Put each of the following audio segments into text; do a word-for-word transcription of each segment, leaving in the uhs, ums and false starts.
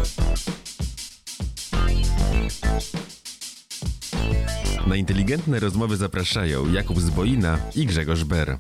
Na inteligentne rozmowy zapraszają Jakub Zboina i Grzegorz Ber.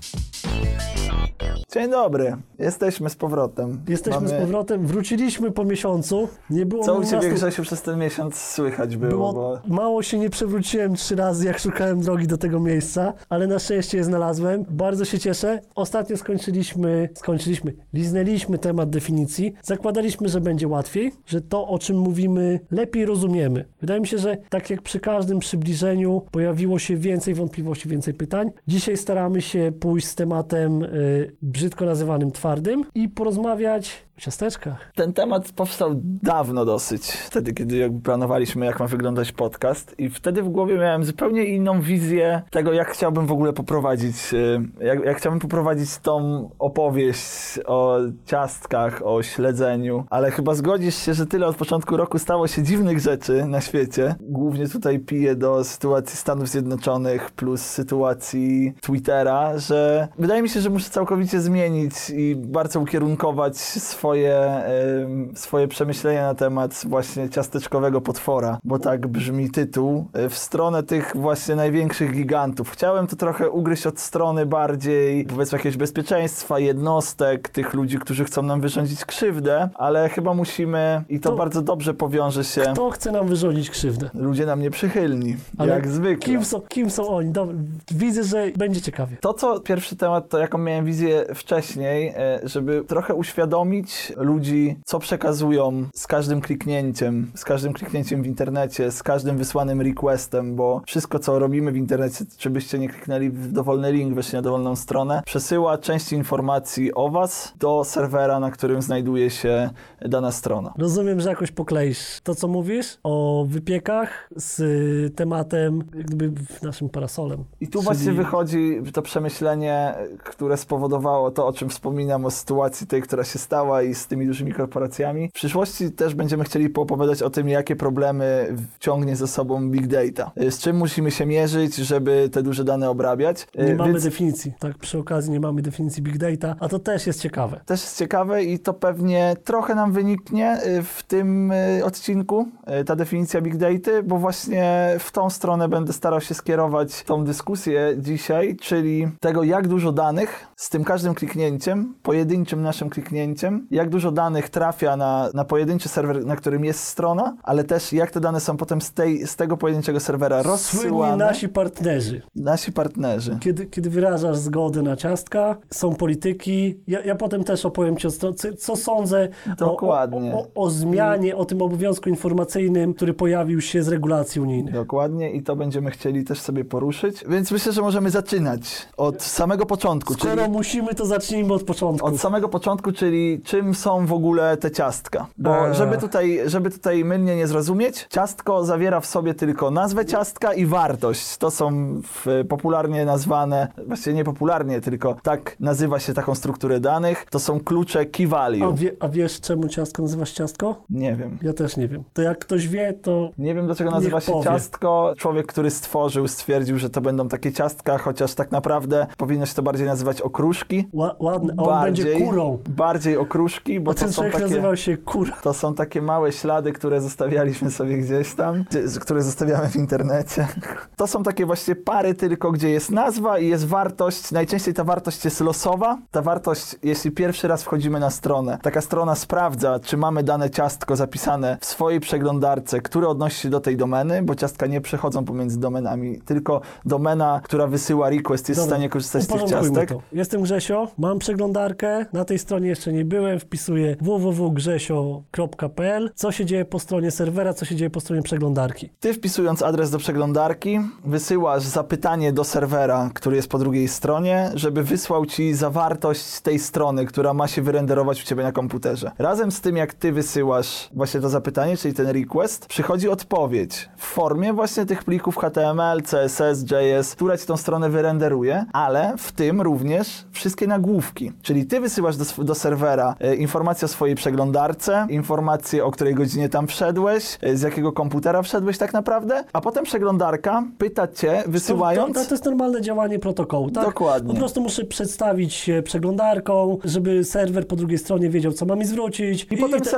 Dzień dobry, jesteśmy z powrotem. Jesteśmy Mamy... z powrotem, wróciliśmy po miesiącu. Nie było Co u Ciebie, własnych... Grzesiu, przez ten miesiąc słychać było? było bo... Mało się nie przewróciłem trzy razy, jak szukałem drogi do tego miejsca, ale na szczęście je znalazłem. Bardzo się cieszę. Ostatnio skończyliśmy, skończyliśmy, liznęliśmy temat definicji. Zakładaliśmy, że będzie łatwiej, że to, o czym mówimy, lepiej rozumiemy. Wydaje mi się, że tak jak przy każdym przybliżeniu pojawiło się więcej wątpliwości, więcej pytań. Dzisiaj staramy się pójść z tematem y, brzydko nazywanym twardym i porozmawiać o ciasteczkach. Ten temat powstał dawno dosyć, wtedy kiedy jakby planowaliśmy, jak ma wyglądać podcast, i wtedy w głowie miałem zupełnie inną wizję tego, jak chciałbym w ogóle poprowadzić, jak, jak chciałbym poprowadzić tą opowieść o ciastkach, o śledzeniu, ale chyba zgodzisz się, że tyle od początku roku stało się dziwnych rzeczy na świecie. Głównie tutaj piję do sytuacji Stanów Zjednoczonych plus sytuacji Twittera, że wydaje mi się, że muszę całkowicie zmienić i bardzo ukierunkować swoje Swoje, y, swoje przemyślenia na temat właśnie ciasteczkowego potwora, bo tak brzmi tytuł, y, w stronę tych właśnie największych gigantów. Chciałem to trochę ugryźć od strony bardziej, powiedzmy, jakiegoś bezpieczeństwa, jednostek, tych ludzi, którzy chcą nam wyrządzić krzywdę, ale chyba musimy, i to, to bardzo dobrze powiąże się... Kto chce nam wyrządzić krzywdę? Ludzie nam nieprzychylni, ale jak zwykle. Kim są, kim są oni? Dobra, widzę, że będzie ciekawie. To, co pierwszy temat, to jaką miałem wizję wcześniej, y, żeby trochę uświadomić ludzi, co przekazują z każdym kliknięciem, z każdym kliknięciem w internecie, z każdym wysłanym requestem, bo wszystko, co robimy w internecie, czy byście nie kliknęli w dowolny link, weszli na dowolną stronę, przesyła część informacji o was do serwera, na którym znajduje się dana strona. Rozumiem, że jakoś pokleisz to, co mówisz o wypiekach z tematem jak gdyby naszym parasolem. I tu Czyli... właśnie wychodzi to przemyślenie, które spowodowało to, o czym wspominam, o sytuacji tej, która się stała i z tymi dużymi korporacjami. W przyszłości też będziemy chcieli poopowiadać o tym, jakie problemy ciągnie ze sobą Big Data. Z czym musimy się mierzyć, żeby te duże dane obrabiać. Nie Więc... mamy definicji. Tak, przy okazji nie mamy definicji Big Data, a to też jest ciekawe. Też jest ciekawe i to pewnie trochę nam wyniknie w tym odcinku, ta definicja Big Data, bo właśnie w tą stronę będę starał się skierować tą dyskusję dzisiaj, czyli tego, jak dużo danych z tym każdym kliknięciem, pojedynczym naszym kliknięciem, jak dużo danych trafia na, na pojedynczy serwer, na którym jest strona, ale też jak te dane są potem z, tej, z tego pojedynczego serwera rozsyłane. Słynni nasi partnerzy. Nasi partnerzy. Kiedy, kiedy wyrażasz zgodę na ciastka, są polityki. Ja, ja potem też opowiem ci, co, co sądzę Dokładnie. O, o, o, o zmianie, o tym obowiązku informacyjnym, który pojawił się z regulacji unijnych. Dokładnie i to będziemy chcieli też sobie poruszyć. Więc myślę, że możemy zaczynać od samego początku. Skoro czyli... musimy, to zacznijmy od początku. Od samego początku, czyli czym są w ogóle te ciastka. Bo eee. żeby tutaj, żeby tutaj mylnie nie zrozumieć, ciastko zawiera w sobie tylko nazwę ciastka i wartość. To są w, popularnie nazwane, właściwie nie popularnie, tylko tak nazywa się taką strukturę danych. To są klucze key value. A, wie, a wiesz, czemu ciastko nazywa się ciastko? Nie wiem. Ja też nie wiem. To jak ktoś wie, to Nie wiem, dlaczego nazywa się powie. ciastko. Człowiek, który stworzył, stwierdził, że to będą takie ciastka, chociaż tak naprawdę powinno się to bardziej nazywać okruszki. Ła, ładne. A on Bardziej, będzie kurą. bardziej okruszki, bo A to ten są człowiek takie... nazywał się kura. To są takie małe ślady, które zostawialiśmy sobie gdzieś tam, gdzie, które zostawiamy w internecie. To są takie właśnie pary tylko, gdzie jest nazwa i jest wartość. Najczęściej ta wartość jest losowa. Ta wartość, jeśli pierwszy raz wchodzimy na stronę, taka strona sprawdza, czy mamy dane ciastko zapisane w swojej przeglądarce, które odnosi się do tej domeny, bo ciastka nie przechodzą pomiędzy domenami, tylko domena, która wysyła request, jest Dobra, w stanie korzystać z tych uporządkujmy ciastek. to. Jestem Grzesio, mam przeglądarkę, na tej stronie jeszcze nie byłem, wpisuję w w w kropka grzesio kropka p l. Co się dzieje po stronie serwera, co się dzieje po stronie przeglądarki? Ty wpisując adres do przeglądarki, wysyłasz zapytanie do serwera, który jest po drugiej stronie, żeby wysłał ci zawartość tej strony, która ma się wyrenderować u ciebie na komputerze. Razem z tym, jak ty wysyłasz właśnie to zapytanie, czyli ten request, przychodzi odpowiedź w formie właśnie tych plików H T M L, C S S, J S, która ci tą stronę wyrenderuje, ale w tym również wszystkie nagłówki. Czyli ty wysyłasz do, do serwera e, informację o swojej przeglądarce, informację, o której godzinie tam wszedłeś, e, z jakiego komputera wszedłeś tak naprawdę, a potem przeglądarka pyta cię, wysyłając... To, to, to jest normalne działanie protokołu, tak? Dokładnie. Po prostu muszę przedstawić się przeglądarką, żeby serwer po drugiej stronie wiedział, co ma mi zwrócić. I, I potem te, serwer dokładnie.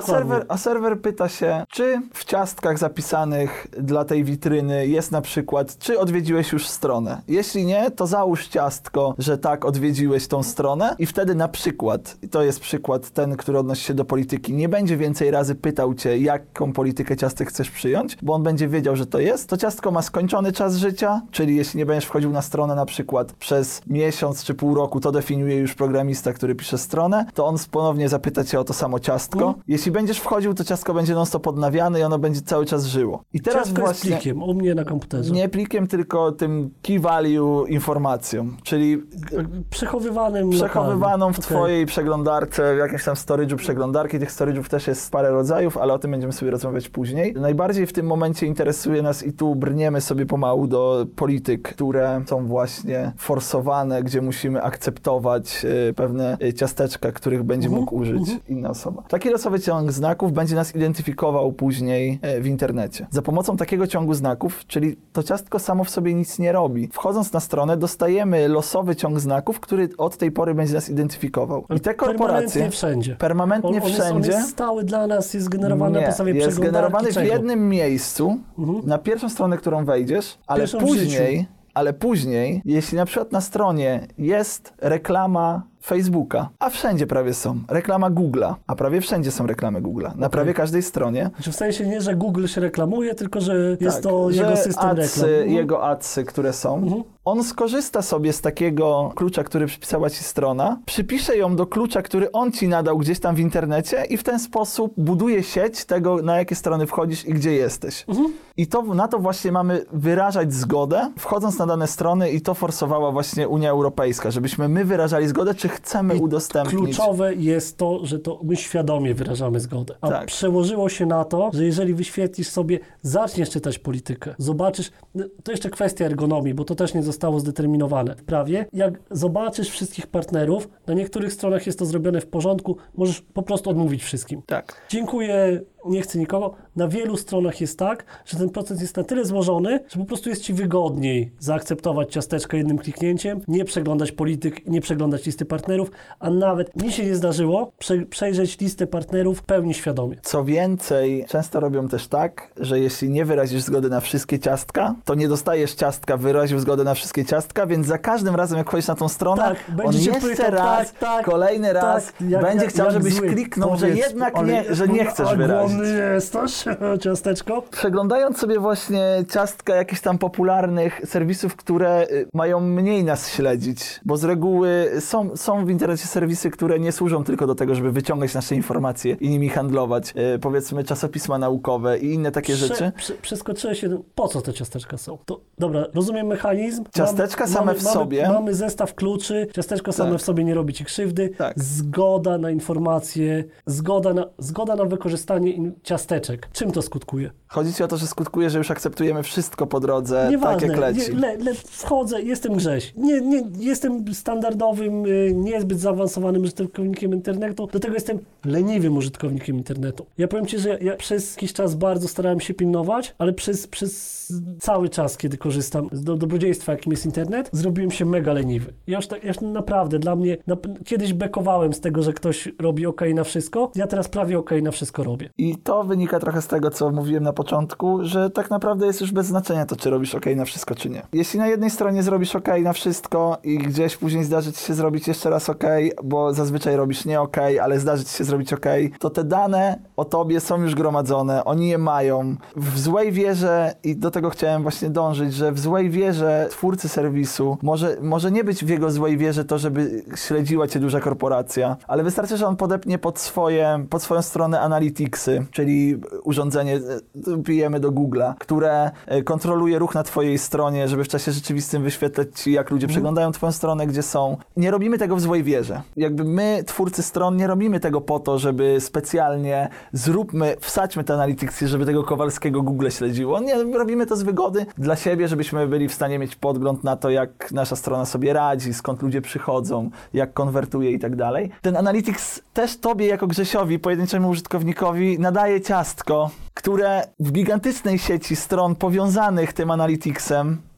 serwer, a serwer pyta się, czy w ciastkach zapisanych dla tej witryny jest na przykład, czy odwiedziłeś już stronę. Jeśli nie, to załóż ciastko, że tak, odwiedziłeś tą stronę i wtedy na przykład, i to jest przykład ten, który odnosi się do polityki, nie będzie więcej razy pytał cię, jaką politykę ciastek chcesz przyjąć, bo on będzie wiedział, że to jest. To ciastko ma skończony czas życia, czyli jeśli nie będziesz wchodził na stronę na przykład przez miesiąc czy pół roku, to definiuje już programista, który pisze stronę, to on ponownie zapyta cię o to samo ciastko. Mm. Jeśli będziesz wchodził, to ciastko będzie non-stop odnawiane i ono będzie cały czas żyło. I teraz ciastko właśnie... jest plikiem, u mnie na komputerze. Nie plikiem, tylko tym key value informacją, czyli... Przechowywanym Przechowywaną lokalnie. w twojej okay. przeglądarce, w jakimś tam storage'u przeglądarki. Tych storage'ów też jest parę rodzajów, ale o tym będziemy sobie rozmawiać później. Najbardziej w tym momencie interesuje nas i tu brniemy sobie pomału do polityk, które są właśnie forsowane, gdzie musimy akceptować y, pewne y, ciasteczka, których będzie uh-huh. mógł użyć uh-huh. inna osoba. Taki losowy ciąg znaków będzie nas identyfikował później y, w internecie. Za pomocą takiego ciągu znaków, czyli to ciastko samo w sobie nic nie robi. Wchodząc na stronę, dostajemy losowy ciąg znaków, który od tej pory będzie nas identyfikował. I te korporacje... Permanentnie wszędzie. Permanentnie on, on wszędzie. Jest, on jest stały dla nas, jest generowany nie, na podstawie jest przeglądarki. generowany czego? w jednym miejscu, mhm. na pierwszą stronę, którą wejdziesz, ale Pierwszą później, ale później, jeśli na przykład na stronie jest reklama Facebooka, a wszędzie prawie są. Reklama Google'a, a prawie wszędzie są reklamy Google'a. Na okay. prawie każdej stronie. Znaczy w sensie nie, że Google się reklamuje, tylko że jest tak, to jego system adsy, reklam. Mhm. Jego adsy, które są. Mhm. On skorzysta sobie z takiego klucza, który przypisała ci strona, przypisze ją do klucza, który on ci nadał gdzieś tam w internecie i w ten sposób buduje sieć tego, na jakie strony wchodzisz i gdzie jesteś. Mhm. I to, na to właśnie mamy wyrażać zgodę, wchodząc na dane strony i to forsowała właśnie Unia Europejska, żebyśmy my wyrażali zgodę, czy chcemy I udostępnić. Kluczowe jest to, że to my świadomie wyrażamy zgodę. A tak. przełożyło się na to, że jeżeli wyświetlisz sobie, zaczniesz czytać politykę, zobaczysz, to jeszcze kwestia ergonomii, bo to też nie zostało zdeterminowane w prawie. Jak zobaczysz wszystkich partnerów, na niektórych stronach jest to zrobione w porządku, możesz po prostu odmówić wszystkim. Tak. Dziękuję, nie chcę nikogo. Na wielu stronach jest tak, że ten proces jest na tyle złożony, że po prostu jest ci wygodniej zaakceptować ciasteczko jednym kliknięciem, nie przeglądać polityk, nie przeglądać listy partnerów, a nawet mi się nie zdarzyło prze, przejrzeć listę partnerów w pełni świadomie. Co więcej, często robią też tak, że jeśli nie wyrazisz zgody na wszystkie ciastka, to nie dostajesz ciastka, wyraził zgodę na wszystkie ciastka, więc za każdym razem, jak wchodzisz na tą stronę, tak, on jeszcze pytał, raz, tak, tak, kolejny raz tak, jak, będzie jak, chciał, jak żebyś zły. kliknął, Powiedz, że jednak nie, że nie chcesz wyrazić. Jesteś, ciasteczko? Przeglądając sobie właśnie ciastka jakichś tam popularnych serwisów, które mają mniej nas śledzić, bo z reguły są, są w internecie serwisy, które nie służą tylko do tego, żeby wyciągać nasze informacje i nimi handlować. Yy, powiedzmy czasopisma naukowe i inne takie Prze, rzeczy. Prze, przeskoczyłeś jeden. Po co te ciasteczka są? To, dobra, rozumiem mechanizm. Ciasteczka mamy, same mamy, w sobie. Mamy, mamy zestaw kluczy, ciasteczko same tak. w sobie nie robi ci krzywdy. Tak. Zgoda na informacje, zgoda na, zgoda na wykorzystanie in, ciasteczek. Czym to skutkuje? Chodzi ci o to, że skutkuje, że już akceptujemy wszystko po drodze, Nieważne, tak jak leci. Nie, le, le, wchodzę, jestem Grześ. Nie, nie, jestem standardowym, niezbyt zaawansowanym użytkownikiem internetu. Do tego jestem leniwym użytkownikiem internetu. Ja powiem ci, że ja przez jakiś czas bardzo starałem się pilnować, ale przez, przez cały czas, kiedy korzystam z do, dobrodziejstwa, jakim jest internet, zrobiłem się mega leniwy. Ja już, tak, ja już naprawdę, dla mnie, na, kiedyś bekowałem z tego, że ktoś robi OK na wszystko. Ja teraz prawie OK na wszystko robię. I to wynika trochę z tego, co mówiłem na początku, że tak naprawdę jest już bez znaczenia to, czy robisz OK na wszystko, czy nie. Jeśli na jednej stronie zrobisz OK na wszystko i gdzieś później zdarzy ci się zrobić jeszcze raz OK, bo zazwyczaj robisz nie OK, ale zdarzy ci się zrobić OK, to te dane o tobie są już gromadzone, oni je mają. W złej wierze, i do tego chciałem właśnie dążyć, że w złej wierze twórcy serwisu, może, może nie być w jego złej wierze to, żeby śledziła cię duża korporacja, ale wystarczy, że on podepnie pod swoje, pod swoją stronę Analyticsy, czyli urządzenie, pijemy do Google'a, które kontroluje ruch na twojej stronie, żeby w czasie rzeczywistym wyświetlać ci, jak ludzie mm. przeglądają twoją stronę, gdzie są. Nie robimy tego w złej wierze. Jakby my, twórcy stron, nie robimy tego po to, żeby specjalnie zróbmy, wsadźmy te Analyticsy, żeby tego Kowalskiego Google śledziło. Nie, robimy to z wygody dla siebie, żebyśmy byli w stanie mieć podgląd na to, jak nasza strona sobie radzi, skąd ludzie przychodzą, jak konwertuje i tak dalej. Ten Analytics też tobie, jako Grzesiowi, pojedynczemu użytkownikowi, nadaje ciastko, które w gigantycznej sieci stron powiązanych tym Analyticsem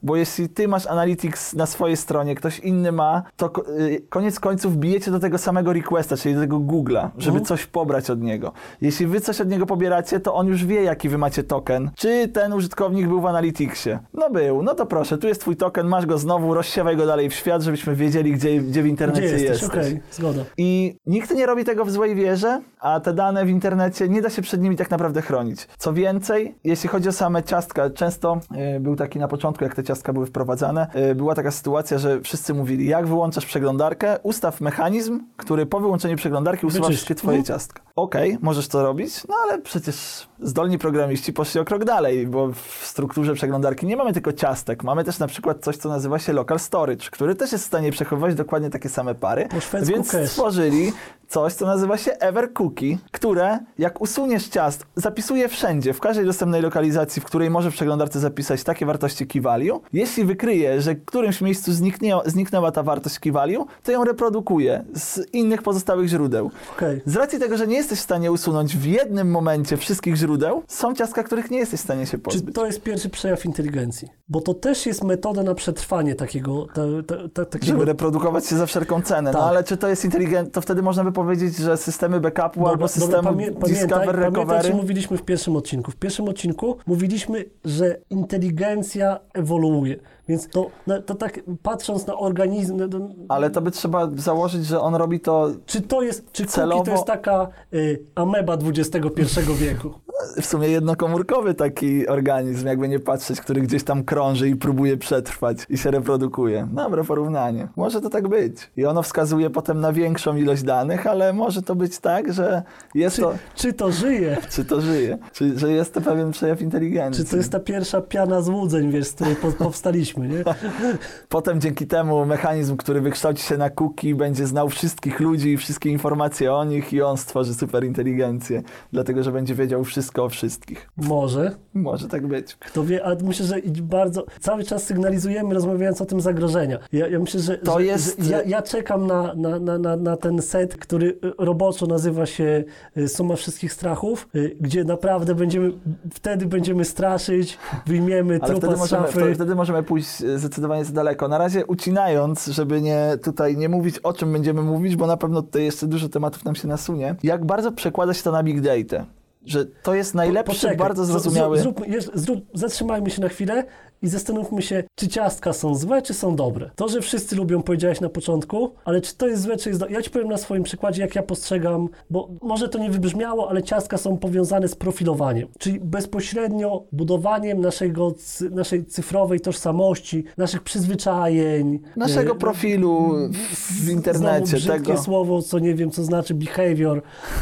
bo jeśli ty masz Analytics na swojej stronie, ktoś inny ma, to ko- y, koniec końców bijecie do tego samego requesta, czyli do tego Google'a, żeby Mhm. coś pobrać od niego. Jeśli wy coś od niego pobieracie, to on już wie, jaki wy macie token. Czy ten użytkownik był w Analyticsie? No był, no to proszę, tu jest twój token, masz go znowu, rozsiewaj go dalej w świat, żebyśmy wiedzieli, gdzie, gdzie w internecie Gdzie jesteś? jesteś. Okej, zgoda. I nikt nie robi tego w złej wierze, a te dane w internecie nie da się przed nimi tak naprawdę chronić. Co więcej, jeśli chodzi o same ciastka, często y, był taki na początku, jak te ciastka były wprowadzane, y, była taka sytuacja, że wszyscy mówili, jak wyłączasz przeglądarkę, ustaw mechanizm, który po wyłączeniu przeglądarki usuwa Wyczyść. wszystkie twoje Mhm. ciastka. Okej, okay, możesz to robić, no ale przecież zdolni programiści poszli o krok dalej, bo w strukturze przeglądarki nie mamy tylko ciastek, mamy też na przykład coś, co nazywa się local storage, który też jest w stanie przechowywać dokładnie takie same pary, Po szwedzku więc cache. stworzyli coś, co nazywa się Ever Cookie, które jak usuniesz ciast, zapisuje wszędzie, w każdej dostępnej lokalizacji, w której może w przeglądarce zapisać takie wartości key value. Jeśli wykryje, że w którymś miejscu zniknie, zniknęła ta wartość key value, to ją reprodukuje z innych pozostałych źródeł. Okej. Z racji tego, że nie jesteś w stanie usunąć w jednym momencie wszystkich źródeł, są ciastka, których nie jesteś w stanie się Czy pozbyć. to jest pierwszy przejaw inteligencji? Bo to też jest metoda na przetrwanie takiego... Ta, ta, ta, takiego... Żeby reprodukować się za wszelką cenę. No Tak. ale czy to jest inteligentne? To wtedy można by powiedzieć, że systemy backupu Dobra, albo systemy dobra, pamię- Discover pamiętaj, Recovery... pamiętaj, co mówiliśmy w pierwszym odcinku. W pierwszym odcinku mówiliśmy, że inteligencja ewoluuje. Więc to, no, to tak patrząc na organizm... no, no, Ale to by trzeba założyć, że on robi to Czy to jest... Czy Celowo- cookie to jest taka y, ameba dwudziestego pierwszego wieku? w sumie jednokomórkowy taki organizm, jakby nie patrzeć, który gdzieś tam krąży i próbuje przetrwać i się reprodukuje. Dobre porównanie. Może to tak być. I ono wskazuje potem na większą ilość danych, ale może to być tak, że jest Czy, to... czy to żyje? Czy to żyje? Czy, że jest to pewien przejaw inteligencji? Czy to jest ta pierwsza piana złudzeń, wiesz, z której po, powstaliśmy, nie? Potem dzięki temu mechanizm, który wykształci się na cookie, będzie znał wszystkich ludzi i wszystkie informacje o nich i on stworzy superinteligencję, dlatego że będzie wiedział wszystko o wszystkich. Może. Może tak być. Kto wie, ale myślę, że i bardzo... Cały czas sygnalizujemy, rozmawiając o tym zagrożenia. Ja, ja myślę, że, To że, jest- że ja, ja czekam na, na, na, na, na ten set, który roboczo nazywa się y, Suma Wszystkich Strachów, y, gdzie naprawdę będziemy... Wtedy będziemy straszyć, wyjmiemy Ale trupa wtedy z możemy, szafy. wtedy, wtedy możemy pójść e, zdecydowanie za daleko. Na razie ucinając, żeby nie tutaj nie mówić, o czym będziemy mówić, bo na pewno tutaj jeszcze dużo tematów nam się nasunie. Jak bardzo przekłada się to na big data? Że to jest najlepszy, Poczekaj, bardzo z- zrozumiały... Zrób, zrób, zrób, zatrzymajmy się na chwilę i zastanówmy się, czy ciastka są złe, czy są dobre. To, że wszyscy lubią, powiedziałeś na początku, ale czy to jest złe, czy jest dobre. Ja ci powiem na swoim przykładzie, jak ja postrzegam, bo może to nie wybrzmiało, ale ciastka są powiązane z profilowaniem, czyli bezpośrednio budowaniem naszego, cy- naszej cyfrowej tożsamości, naszych przyzwyczajeń. Naszego y, profilu w, w internecie. Znowu brzydkie Tego. słowo, co nie wiem, co znaczy behavior y,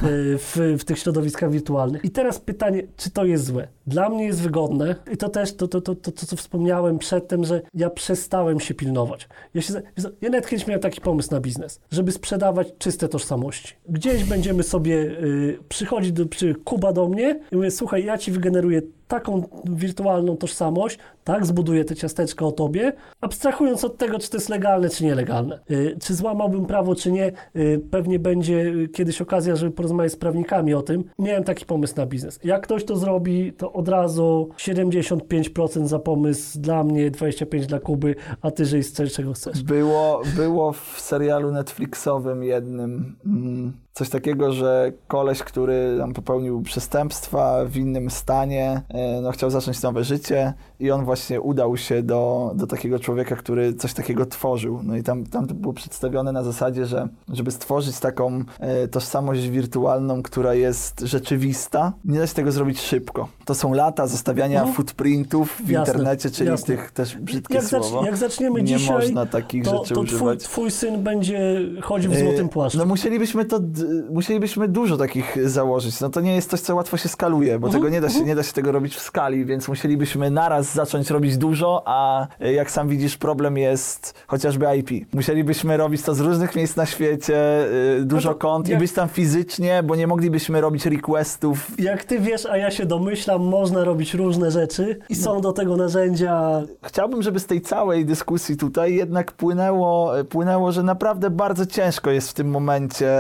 w, w tych środowiskach wirtualnych. I teraz pytanie, czy to jest złe? Dla mnie jest wygodne i to też to, to, to, to, to co wspomniałem przedtem, że ja przestałem się pilnować. Ja, się, ja nawet kiedyś miałem taki pomysł na biznes, żeby sprzedawać czyste tożsamości. Gdzieś będziemy sobie, y, przychodzi do, przy Kuba do mnie i mówię, słuchaj, ja ci wygeneruję taką wirtualną tożsamość, tak, zbuduję te ciasteczka o tobie, abstrahując od tego, czy to jest legalne, czy nielegalne. Y, czy złamałbym prawo, czy nie, y, pewnie będzie kiedyś okazja, żeby porozmawiać z prawnikami o tym. Miałem taki pomysł na biznes. Jak ktoś to zrobi, to od razu siedemdziesiąt pięć procent za pomysł dla mnie, dwadzieścia pięć procent dla Kuby, a ty żyj z czego chcesz. Było, było w serialu Netflixowym jednym mm, coś takiego, że koleś, który tam popełnił przestępstwa w innym stanie, e, no chciał zacząć nowe życie i on właśnie udał się do, do takiego człowieka, który coś takiego tworzył. No i tam, tam to było przedstawione na zasadzie, że żeby stworzyć taką e, tożsamość wirtualną, która jest rzeczywista, nie da się tego zrobić szybko. To są lata zostawiania No. footprintów w Jasne, internecie, czyli jasne. tych też brzydkie Jak, słowo. zacz, jak zaczniemy Nie dzisiaj, można takich to, rzeczy to twój, używać. twój syn będzie chodził w złotym płaszczu. No musielibyśmy to, d- musielibyśmy dużo takich założyć. No to nie jest coś, co łatwo się skaluje, bo Mhm, tego nie da się, nie da się tego robić w skali, więc musielibyśmy naraz zacząć robić dużo, a jak sam widzisz, problem jest chociażby I P. Musielibyśmy robić to z różnych miejsc na świecie, y, dużo No to kont i jak- być tam fizycznie, bo nie moglibyśmy robić requestów. Jak ty wiesz, a ja się domyślam, można robić różne rzeczy i są do tego narzędzia. Chciałbym, żeby z tej całej dyskusji tutaj jednak płynęło, płynęło, że naprawdę bardzo ciężko jest w tym momencie na własną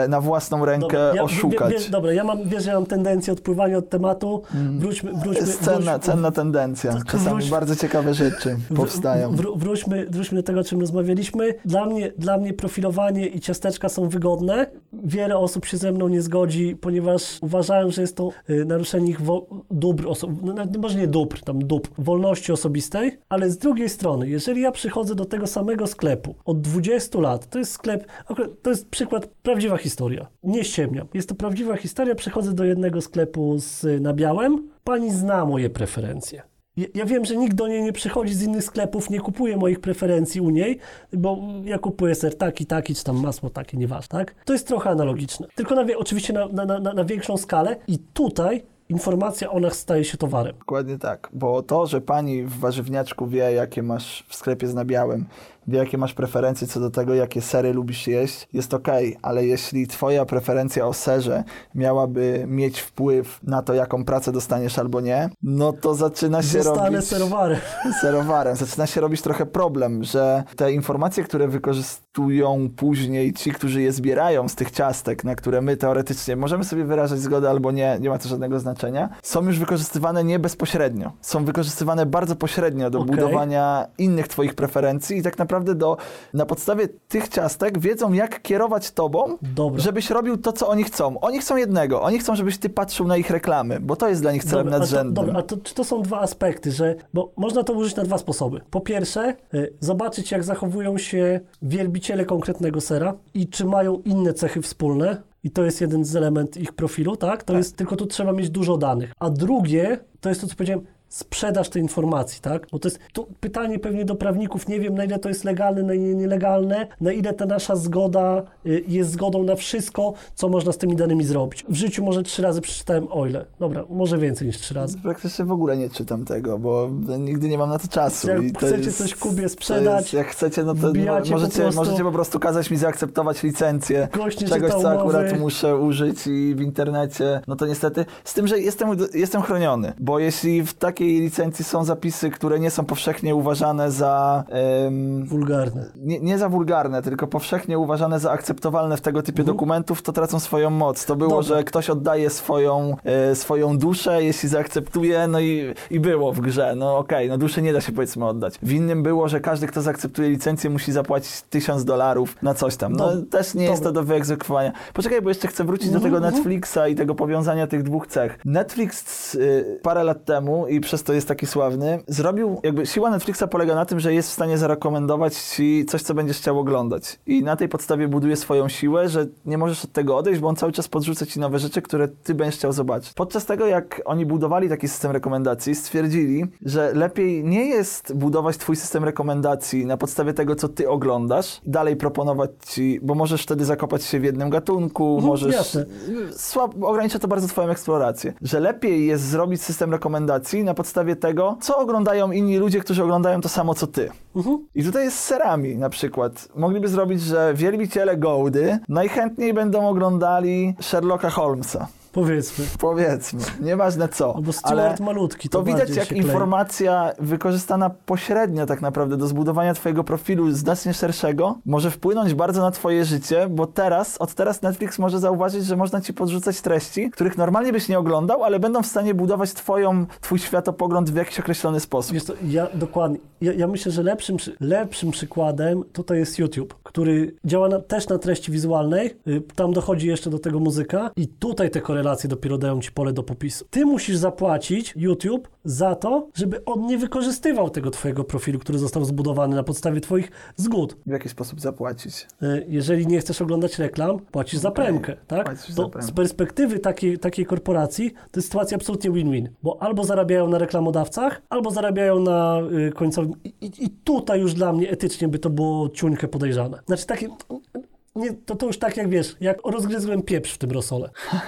własną rękę dobra, ja, oszukać. Wie, wie, dobra, ja mam, wiesz, ja mam tendencję odpływania od tematu. Wróćmy, wróćmy, To jest cenna, wróć, cenna tendencja. Czasami wróć, bardzo ciekawe rzeczy powstają. Wr, wróćmy, wróćmy do tego, o czym rozmawialiśmy. Dla mnie, dla mnie profilowanie i ciasteczka są wygodne. Wiele osób się ze mną nie zgodzi, ponieważ uważają, że jest to y, naruszenie ich wo- dóbr, oso- no, może nie dóbr, tam dóbr, wolności osobistej, ale z drugiej strony, jeżeli ja przychodzę do tego samego sklepu od dwudziestu lat, to jest sklep, to jest przykład, prawdziwa historia, nie ściemniam, jest to prawdziwa historia, przychodzę do jednego sklepu z nabiałem, pani zna moje preferencje. Ja, ja wiem, że nikt do niej nie przychodzi z innych sklepów, nie kupuje moich preferencji u niej, bo ja kupuję ser taki, taki, czy tam masło takie, nieważne, tak? To jest trochę analogiczne. Tylko na, oczywiście na, na, na, na większą skalę i tutaj informacja o nas staje się towarem. Dokładnie tak, bo to, że pani w warzywniaczku wie, jakie masz w sklepie z nabiałem, wie, jakie masz preferencje co do tego, jakie sery lubisz jeść, jest okej, okay, ale jeśli twoja preferencja o serze miałaby mieć wpływ na to, jaką pracę dostaniesz albo nie, no to zaczyna się Zostanę robić... serowarem. Serowarem. Zaczyna się robić trochę problem, że te informacje, które wykorzystują później ci, którzy je zbierają z tych ciastek, na które my teoretycznie możemy sobie wyrażać zgodę albo nie, nie ma to żadnego znaczenia, są już wykorzystywane nie bezpośrednio. Są wykorzystywane bardzo pośrednio do okay. budowania innych twoich preferencji i tak naprawdę do, na podstawie tych ciastek wiedzą, jak kierować tobą, Dobra. żebyś robił to, co oni chcą. Oni chcą jednego. Oni chcą, żebyś ty patrzył na ich reklamy, bo to jest dla nich celem dobra, nadrzędnym. A to, dobra, a to, czy to są dwa aspekty, że, bo można to użyć na dwa sposoby. Po pierwsze, y, zobaczyć, jak zachowują się wielbiciele konkretnego sera i czy mają inne cechy wspólne. I to jest jeden z elementów ich profilu, tak? To tak. jest, tylko tu trzeba mieć dużo danych. A drugie, to jest to, co powiedziałem, sprzedaż tej informacji, tak? Bo to jest tu pytanie pewnie do prawników, nie wiem, na ile to jest legalne, na ile nielegalne, na ile ta nasza zgoda y, jest zgodą na wszystko, co można z tymi danymi zrobić. W życiu może trzy razy przeczytałem o ile. Dobra, może więcej niż trzy razy. Praktycznie w ogóle nie czytam tego, bo nigdy nie mam na to czasu. Jak I to chcecie jest, coś Kubie sprzedać, jest, jak chcecie, no to możecie, możecie, po prostu, możecie po prostu kazać mi zaakceptować licencję czegoś, co akurat muszę użyć i w internecie, no to niestety, z tym, że jestem, jestem chroniony, bo jeśli w takiej licencji są zapisy, które nie są powszechnie uważane za... Um, wulgarne. Nie, nie za wulgarne, tylko powszechnie uważane za akceptowalne w tego typie mhm. dokumentów, to tracą swoją moc. To było, Dobra. że ktoś oddaje swoją, e, swoją duszę, jeśli zaakceptuje, no i, i było w grze. No okej, okay, no duszy nie da się powiedzmy oddać. W innym było, że każdy, kto zaakceptuje licencję, musi zapłacić tysiąc dolarów na coś tam. No Dobra. też nie Dobra. jest to do wyegzekwowania. Poczekaj, bo jeszcze chcę wrócić mhm. do tego Netflixa i tego powiązania tych dwóch cech. Netflix y, parę lat temu, i przez to jest taki sławny, zrobił, jakby siła Netflixa polega na tym, że jest w stanie zarekomendować ci coś, co będziesz chciał oglądać. I na tej podstawie buduje swoją siłę, że nie możesz od tego odejść, bo on cały czas podrzuca ci nowe rzeczy, które ty będziesz chciał zobaczyć. Podczas tego, jak oni budowali taki system rekomendacji, stwierdzili, że lepiej nie jest budować twój system rekomendacji na podstawie tego, co ty oglądasz, dalej proponować ci, bo możesz wtedy zakopać się w jednym gatunku, mhm, możesz... Jasne. Słab, ogranicza to bardzo twoją eksplorację. Że lepiej jest zrobić system rekomendacji na podstawie tego, co oglądają inni ludzie, którzy oglądają to samo, co ty. Mhm. I tutaj jest z serami na przykład. Mogliby zrobić, że wielbiciele Gołdy najchętniej będą oglądali Sherlocka Holmesa. Powiedzmy. Powiedzmy. Nieważne co. Albo Stuart malutki. To, to widać, jak informacja wykorzystana pośrednio tak naprawdę do zbudowania twojego profilu znacznie szerszego może wpłynąć bardzo na twoje życie, bo teraz, od teraz Netflix może zauważyć, że można ci podrzucać treści, których normalnie byś nie oglądał, ale będą w stanie budować twoją, twój światopogląd w jakiś określony sposób. Wiesz co, ja dokładnie. Ja, ja myślę, że lepszym, lepszym przykładem tutaj jest YouTube, który działa na, też na treści wizualnej. Tam dochodzi jeszcze do tego muzyka i tutaj te korelacje dopiero dają ci pole do popisu. Ty musisz zapłacić YouTube za to, żeby on nie wykorzystywał tego twojego profilu, który został zbudowany na podstawie twoich zgód. W jaki sposób zapłacić? Jeżeli nie chcesz oglądać reklam, płacisz okay. za premkę, tak? Płacisz to za premkę. Z perspektywy takiej, takiej korporacji to jest sytuacja absolutnie win-win, bo albo zarabiają na reklamodawcach, albo zarabiają na y, końcowym. I, i, I tutaj już dla mnie etycznie by to było ciuńkę podejrzane. Znaczy takie... Nie, to, to już tak jak wiesz, jak rozgryzłem pieprz w tym rosole.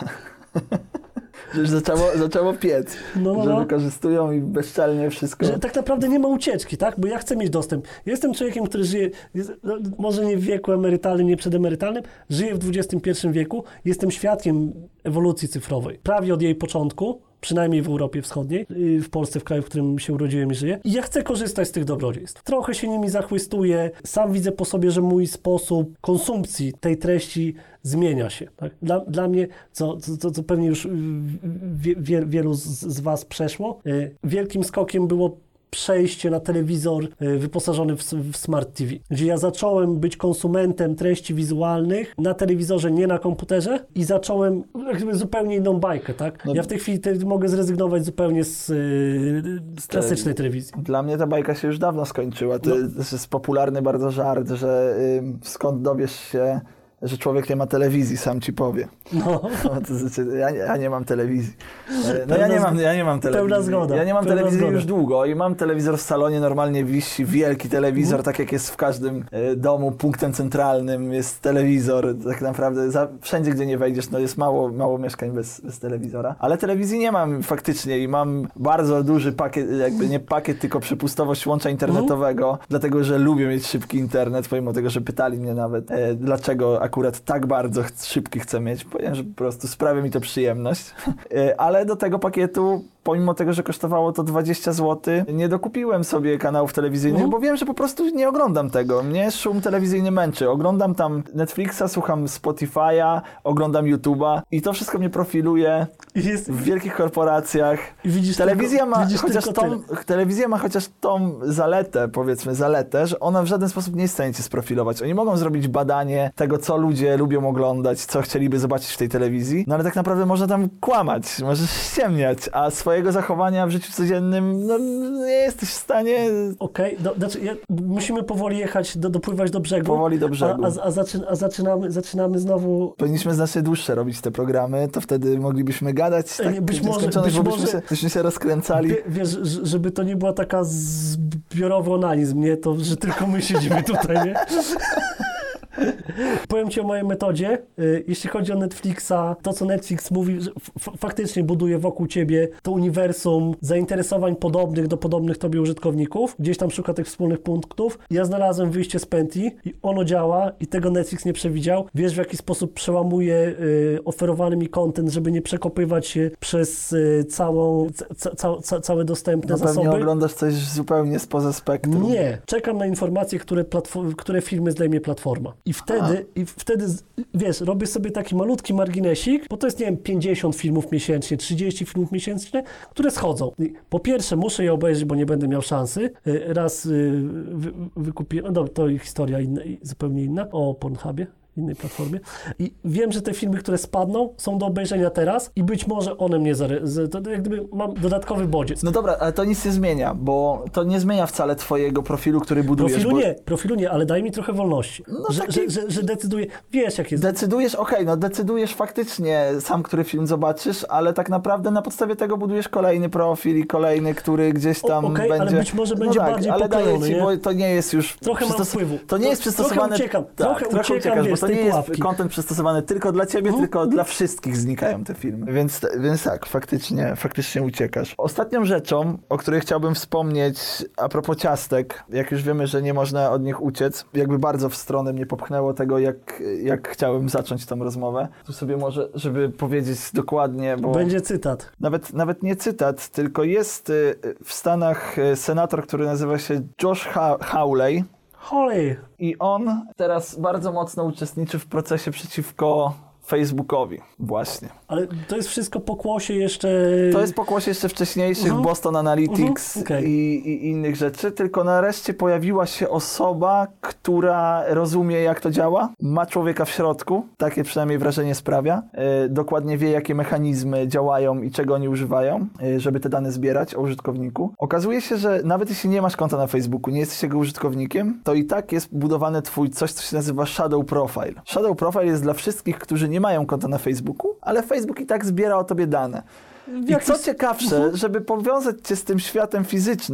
Że już zaczęło, zaczęło piec, no, no, że no. wykorzystują i bezczelnie wszystko. Że tak naprawdę nie ma ucieczki, tak? Bo ja chcę mieć dostęp. Ja jestem człowiekiem, który żyje, jest, no, może nie w wieku emerytalnym, nie przedemerytalnym, żyję w dwudziestym pierwszym wieku, jestem świadkiem ewolucji cyfrowej. Prawie od jej początku, przynajmniej w Europie Wschodniej, yy, w Polsce, w kraju, w którym się urodziłem i żyję. I ja chcę korzystać z tych dobrodziejstw. Trochę się nimi zachłystuję. Sam widzę po sobie, że mój sposób konsumpcji tej treści zmienia się. Tak? Dla, dla mnie, co, co, co pewnie już wie, wie, wielu z, z was przeszło, yy, wielkim skokiem było przejście na telewizor y, wyposażony w, w Smart T V, gdzie ja zacząłem być konsumentem treści wizualnych na telewizorze, nie na komputerze i zacząłem jakby zupełnie inną bajkę, tak? No. Ja w tej chwili te, mogę zrezygnować zupełnie z, y, z klasycznej telewizji. Dla mnie ta bajka się już dawno skończyła. To, No. to jest popularny bardzo żart, że y, skąd dowiesz się, że człowiek nie ma telewizji, sam ci powie. No. No, to znaczy, ja, ja nie mam telewizji. No Pełna ja nie mam, zg- ja nie mam telewizji. pełna zgoda, Ja nie mam pełna telewizji zgoda. już długo i mam telewizor w salonie, normalnie wisi wielki telewizor, Mhm. tak jak jest w każdym e, domu, punktem centralnym jest telewizor. Tak naprawdę za, wszędzie, gdzie nie wejdziesz, no jest mało, mało mieszkań bez, bez telewizora. Ale telewizji nie mam faktycznie i mam bardzo duży pakiet, jakby nie pakiet, tylko przepustowość łącza internetowego, Mhm. dlatego, że lubię mieć szybki internet, pomimo tego, że pytali mnie nawet, e, dlaczego akurat tak bardzo ch- szybki chcę mieć. Powiem, że po prostu sprawia mi to przyjemność. E, ale do tego pakietu, pomimo tego, że kosztowało to dwadzieścia złotych, nie dokupiłem sobie kanałów telewizyjnych, Mhm. bo wiem, że po prostu nie oglądam tego. Mnie szum telewizyjny męczy. Oglądam tam Netflixa, słucham Spotify'a, oglądam YouTube'a i to wszystko mnie profiluje I jest, w wielkich korporacjach. i widzisz Telewizja tylko, ma, widzisz chociaż tylko tą, tyle. telewizja ma chociaż tą zaletę, powiedzmy zaletę, że ona w żaden sposób nie jest w stanie cię sprofilować. Oni mogą zrobić badanie tego, co ludzie lubią oglądać, co chcieliby zobaczyć w tej telewizji, no ale tak naprawdę można tam kłamać, możesz ściemniać, a swojego zachowania w życiu codziennym no, nie jesteś w stanie Okej, do- znaczy ja, musimy powoli jechać, do, dopływać do brzegu. powoli do brzegu. A, a, a, zaczyn, a zaczynamy, zaczynamy znowu. Powinniśmy znacznie dłuższe robić te programy, to wtedy moglibyśmy gadać tak, Być w może- nieskończoność, być bo byśmy może- się, byśmy się rozkręcali. Wie, wiesz, ż- żeby to nie była taka zbiorowy onanizm, nie? To, że tylko my siedzimy tutaj, nie? Powiem ci o mojej metodzie. Y, Jeśli chodzi o Netflixa, to co Netflix mówi, że f- faktycznie buduje wokół ciebie to uniwersum zainteresowań podobnych do podobnych tobie użytkowników. Gdzieś tam szuka tych wspólnych punktów. Ja znalazłem wyjście z Penti i ono działa i tego Netflix nie przewidział. Wiesz, w jaki sposób przełamuje y, oferowany mi content, żeby nie przekopywać się przez y, całą, ca, ca, ca, całe dostępne No pewnie zasoby. oglądasz coś zupełnie spoza spektrum. Nie, czekam na informacje, które, platform, które filmy zdejmie platforma. I wtedy, i wtedy, z- wiesz, robię sobie taki malutki marginesik, bo to jest, nie wiem, pięćdziesiąt filmów miesięcznie, trzydzieści filmów miesięcznie, które schodzą. I po pierwsze, muszę je obejrzeć, bo nie będę miał szansy. Y, Raz y, wy, wykupiłem, no dobra, to historia inna, zupełnie inna, o Pornhubie. Innej platformie. I wiem, że te filmy, które spadną, są do obejrzenia teraz i być może one mnie zare... z- to jak gdyby mam dodatkowy bodziec. No dobra, ale to nic nie zmienia, bo to nie zmienia wcale twojego profilu, który budujesz. Profilu bo nie, profilu nie, ale daj mi trochę wolności. No że, taki- że, że, że decyduję, wiesz jak jest. Decydujesz, okej, no decydujesz faktycznie sam, który film zobaczysz, ale tak naprawdę na podstawie tego budujesz kolejny profil i kolejny, który gdzieś tam O- okej, będzie... ale być może będzie no tak, bardziej ale daję poklejony, ci, nie? bo to nie jest już... Trochę mam przystos- wpływu. To nie Tro- jest przystosowane... trochę uciekam, tak, trochę uciekam, uciekasz, wiesz, bo z to tej nie jest pułapki. content przystosowany tylko dla ciebie, Mhm. tylko dla wszystkich znikają te filmy. Więc, więc tak, faktycznie, faktycznie uciekasz. Ostatnią rzeczą, o której chciałbym wspomnieć a propos ciastek, jak już wiemy, że nie można od nich uciec, jakby bardzo w stronę mnie popchnęło tego, jak, jak chciałem zacząć tą rozmowę. Tu sobie może, żeby powiedzieć dokładnie, bo... Będzie cytat. Nawet, nawet nie cytat, tylko jest y, w Stanach y, senator, który nazywa się Josh Ha- Hawley Holly. i on teraz bardzo mocno uczestniczy w procesie przeciwko Facebookowi właśnie. Ale to jest wszystko pokłosie jeszcze... To jest pokłosie jeszcze wcześniejszych, Mhm. Boston Analytics Mhm, okej. i, i innych rzeczy, tylko nareszcie pojawiła się osoba, która rozumie, jak to działa, ma człowieka w środku, takie przynajmniej wrażenie sprawia, e, dokładnie wie, jakie mechanizmy działają i czego oni używają, e, żeby te dane zbierać o użytkowniku. Okazuje się, że nawet jeśli nie masz konta na Facebooku, nie jesteś jego użytkownikiem, to i tak jest budowany twój coś, co się nazywa Shadow Profile. Shadow Profile jest dla wszystkich, którzy nie mają konta na Facebooku, ale Facebook i tak zbiera o tobie dane. W I jakiś- co ciekawsze, żeby powiązać cię z tym światem fizycznym,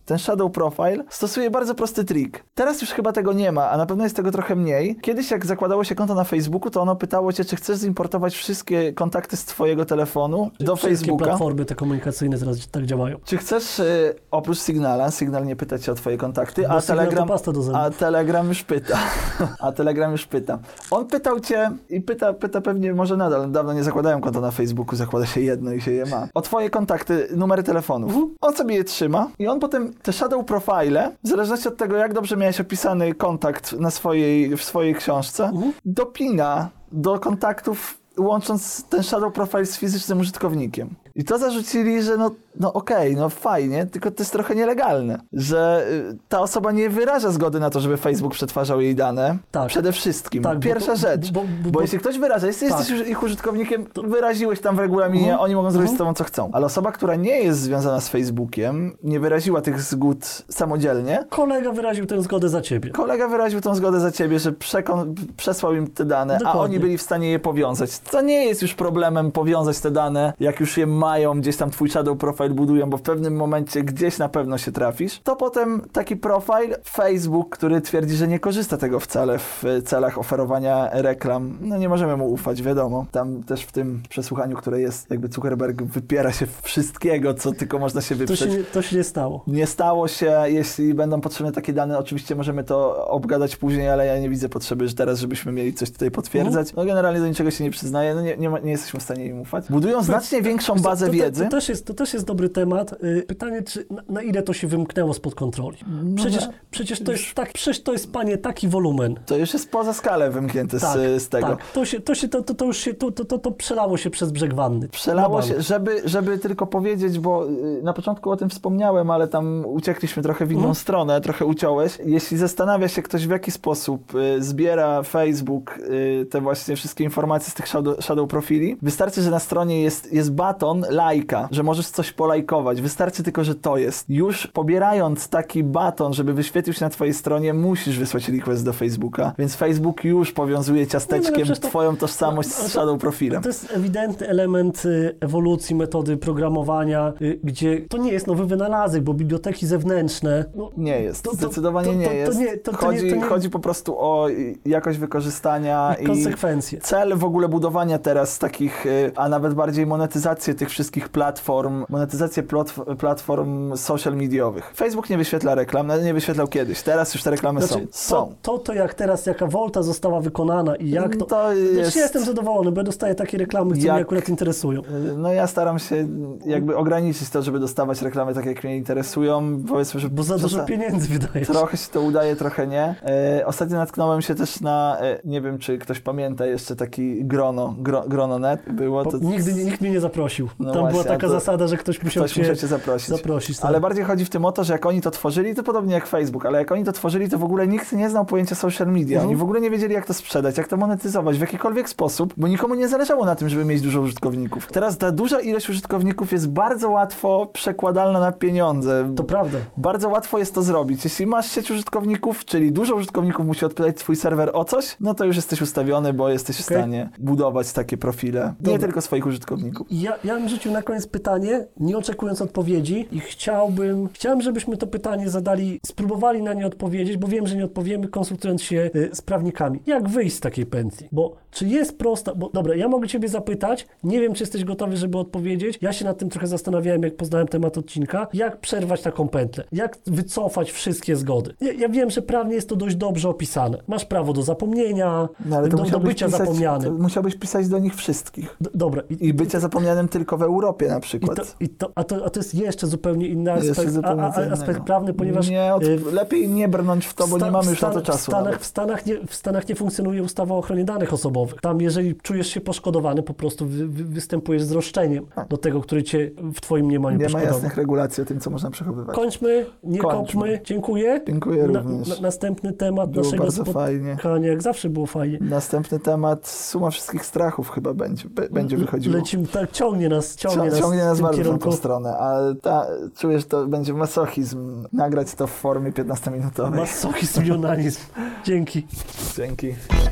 ten shadow profile stosuje bardzo prosty trik. Teraz już chyba tego nie ma, a na pewno jest tego trochę mniej. Kiedyś jak zakładało się konto na Facebooku, to ono pytało cię, czy chcesz zimportować wszystkie kontakty z twojego telefonu do Wszystkie Facebooka. platformy te komunikacyjne teraz tak działają. Czy chcesz y, oprócz Signala, Signal nie pyta cię o twoje kontakty, a Signal to Telegram, pasta do zębów. a Telegram już pyta. A Telegram już pyta. On pytał cię i pyta, pyta pewnie może nadal, dawno nie zakładają konta na Facebooku, zakłada się jedno i się je ma. O twoje kontakty, numery telefonów. Mhm. On sobie je trzyma i on potem te shadow profile, w zależności od tego, jak dobrze miałeś opisany kontakt na swojej, w swojej książce, Mhm. dopina do kontaktów, łącząc ten shadow profile z fizycznym użytkownikiem. I to zarzucili, że no, no okej, okay, no fajnie, tylko to jest trochę nielegalne, że y, ta osoba nie wyraża zgody na to, żeby Facebook przetwarzał jej dane. Tak. Przede wszystkim. Tak, bo Pierwsza to- rzecz. bo- Bo, bo- bo- jeśli ktoś wyraża, jeśli Tak. jesteś już ich użytkownikiem, to wyraziłeś tam w regulaminie, Mhm. oni mogą zrobić Mhm. z tobą co chcą. Ale osoba, która nie jest związana z Facebookiem, nie wyraziła tych zgód samodzielnie, Kolega wyraził tę zgodę za ciebie. kolega wyraził tą zgodę za ciebie, że przekon- przesłał im te dane, Dokładnie. a oni byli w stanie je powiązać. To nie jest już problemem powiązać te dane, jak już je mają, gdzieś tam twój shadow profile budują, bo w pewnym momencie gdzieś na pewno się trafisz. To potem taki profil Facebook, który twierdzi, że nie korzysta tego wcale w celach oferowania reklam. No nie możemy mu ufać, wiadomo. Tam też w tym przesłuchaniu, które jest, jakby Zuckerberg wypiera się wszystkiego, co tylko można się To wyprzeć. się, nie- to się nie stało. Nie stało się, jeśli będą potrzebne takie dane, oczywiście możemy to obgadać później, ale ja nie widzę potrzeby, że teraz, żebyśmy mieli coś tutaj potwierdzać. No generalnie do niczego się nie przyznaję, no nie, nie, ma, nie jesteśmy w stanie im ufać. Budują znacznie większą Wiesz co, bazę to, wiedzy. To, to, też jest, to też jest dobry temat. Y, Pytanie, czy na, na ile to się wymknęło spod kontroli. Przecież, no, przecież, to jest tak, przecież to jest, panie, taki wolumen. To już jest poza skalę wymknięte Tak, z, z tego. tak. To, się, to, się, to, to, to już się, to, to, to, to przelało się przez brzeg wanny. Przelało Na się, bank. żeby, żeby tylko powiedzieć, bo y, na początku o tym wspomniałem, ale tam uciekliśmy trochę w inną Mhm. stronę, trochę uciąłeś. Jeśli zastanawia się ktoś, w jaki sposób y, zbiera Facebook y, te właśnie wszystkie informacje z tych shadow, shadow profili, wystarczy, że na stronie jest, jest baton lajka, że możesz coś polajkować. Wystarczy tylko, że to jest. Już pobierając taki baton, żeby wyświetlił się na twojej stronie, musisz wysłać request do Facebooka, więc Facebook już powiązuje ciasteczkiem Nie, no, przecież to- twoją tożsamość no, z ale to- shadow profilem. To jest ewidentny element y, ewolucji metody programowania, y, gdzie to nie jest nowy wynalazek, bo biblioteki zewnętrzne... No, Nie jest, to- to- zdecydowanie to- to- nie to jest. nie- to- to chodzi, nie- to nie- chodzi po prostu o y, jakość wykorzystania i i konsekwencje. cel w ogóle budowania teraz takich, y, a nawet bardziej monetyzację tych wszystkich platform, monetyzację platf- platform social mediowych. Facebook nie wyświetla reklam, no, nie wyświetlał kiedyś, teraz już te reklamy Znaczy, są. Są. To, to, to jak teraz, jaka wolta została wykonana i jak to... To Znaczy, jest... ja jestem zadowolony, bo ja dostaję takie reklamy, które Jak- mnie akurat interesują. No ja staram się jakby ograniczyć to, żeby dostawać reklamy takie, jak mnie interesują. Powiedzmy, że Bo za dużo przesa- pieniędzy wydajesz. Trochę się to udaje, trochę nie. E, ostatnio natknąłem się też na, e, nie wiem, czy ktoś pamięta, jeszcze taki Grono, gro, Grono.net było. Bo To nigdy nikt mnie nie zaprosił. No Tam była właśnie, taka a to zasada, że ktoś musiał ktoś cię musiał cię zaprosić. zaprosić. Tak. Ale bardziej chodzi w tym o to, że jak oni to tworzyli, to podobnie jak Facebook, ale jak oni to tworzyli, to w ogóle nikt nie znał pojęcia social media. Mhm. Oni w ogóle nie wiedzieli, jak to sprzedać, jak to monetyzować, w jakikolwiek sposób, bo nikomu nie zależało na tym, żeby mieć dużo użytkowników. Teraz ta duża ilość użytkowników jest bardzo łatwo przekładalna na pieniądze. To prawda. Bardzo łatwo jest to zrobić. Jeśli masz sieć użytkowników, czyli dużo użytkowników musi odpytać twój serwer o coś, no to już jesteś ustawiony, bo jesteś w Okej. stanie budować takie profile. Nie Dobra. tylko swoich użytkowników. Ja, ja bym rzucił na koniec pytanie, nie oczekując odpowiedzi i chciałbym, chciałbym, żebyśmy to pytanie zadali, spróbowali na nie odpowiedzieć, bo wiem, że nie odpowiemy, konsultując się y, z prawnikami. Jak wyjść z takiej pensji? Bo czy jest prosta, bo dobra, ja mogę ciebie zapytać, nie wiem, czy jesteś gotowy, żeby odpowiedzieć. Ja się nad tym trochę zastanawiałem, jak poznałem temat odcinka. Jak przerwać taką pętlę? Jak wycofać wszystkie zgody? Ja, ja wiem, że prawnie jest to dość dobrze opisane. Masz prawo do zapomnienia, No ale to do, do musiałbyś bycia pisać, to zapomnianym. musiałbyś pisać do nich wszystkich. D- dobra. I bycia zapomnianym tylko w Europie na I przykład. to, i to, a, to, a to jest jeszcze zupełnie inny Jeszcze aspekt, zupełnie a, co a, aspekt innego. prawny, ponieważ Nie, od, y, lepiej nie brnąć w to, bo sta- nie mamy już Stan- na to czasu. W Stanach, nawet. w, Stanach nie, w Stanach nie funkcjonuje ustawa o ochronie danych osobowych. Tam, jeżeli czujesz się poszkodowany, po prostu wy, wy, występujesz z roszczeniem do tego, który cię w twoim mniemaniu Nie ma poszkodował. jasnych regulacji o tym, co można przechowywać. Kończmy, nie Kończmy. kopmy. Dziękuję. Dziękuję Na, również. na, następny temat Było naszego bardzo fajnie. spotkania, jak zawsze było fajnie. Następny temat, suma wszystkich strachów chyba będzie, be, będzie wychodziło. Lecimy, tak, ciągnie nas, ciągnie Cią- nas, ciągnie nas w tym bardzo w kierunku. tą stronę, ale ta, czuję, że to będzie masochizm, nagrać to w formie piętnastominutowej. Masochizm, jonanizm. Dzięki. Dzięki.